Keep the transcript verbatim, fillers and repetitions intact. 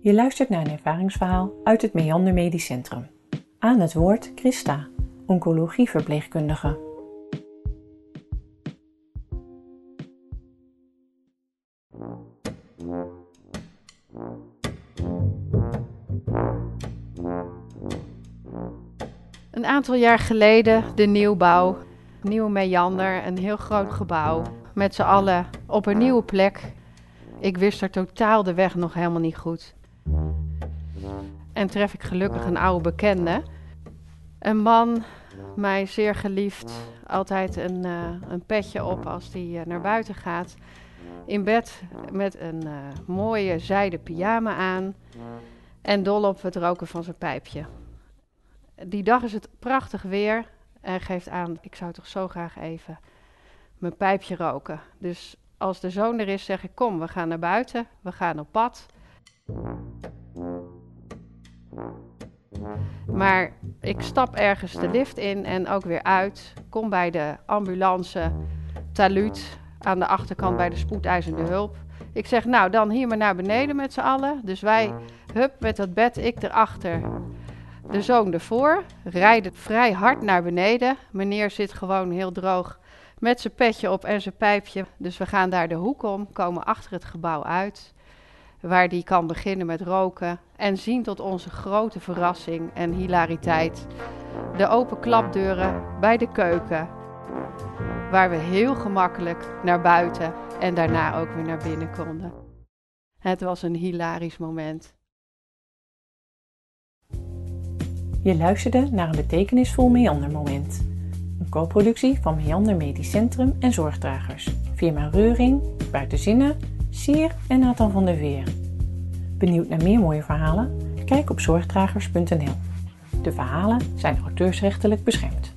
Je luistert naar een ervaringsverhaal uit het Meander Medisch Centrum. Aan het woord Christa, oncologieverpleegkundige. Een aantal jaar geleden de nieuwbouw, Nieuw Meander, een heel groot gebouw. Met z'n allen op een nieuwe plek. Ik wist er totaal de weg nog helemaal niet goed. En tref ik gelukkig een oude bekende. Een man, mij zeer geliefd, altijd een, uh, een petje op als hij uh, naar buiten gaat. In bed met een uh, mooie zijden pyjama aan en dol op het roken van zijn pijpje. Die dag is het prachtig weer en geeft aan, ik zou toch zo graag even mijn pijpje roken. Dus als de zoon er is, zeg ik, kom, we gaan naar buiten, we gaan op pad. Maar ik stap ergens de lift in en ook weer uit. Kom bij de ambulance Taluut aan de achterkant bij de spoedeisende hulp. Ik zeg, nou dan hier maar naar beneden met z'n allen. Dus wij, hup, met dat bed, ik erachter. De zoon ervoor, rijden vrij hard naar beneden. Meneer zit gewoon heel droog met zijn petje op en zijn pijpje. Dus we gaan daar de hoek om, komen achter het gebouw uit. Waar die kan beginnen met roken. En zien tot onze grote verrassing en hilariteit de open klapdeuren bij de keuken. Waar we heel gemakkelijk naar buiten en daarna ook weer naar binnen konden. Het was een hilarisch moment. Je luisterde naar een betekenisvol Meandermoment. Een co-productie van Meander Medisch Centrum en Zorgdragers. Firma Reuring, Buitenzinnen, Sier en Nathan van der Veer. Benieuwd naar meer mooie verhalen? Kijk op zorgdragers punt n l. De verhalen zijn auteursrechtelijk beschermd.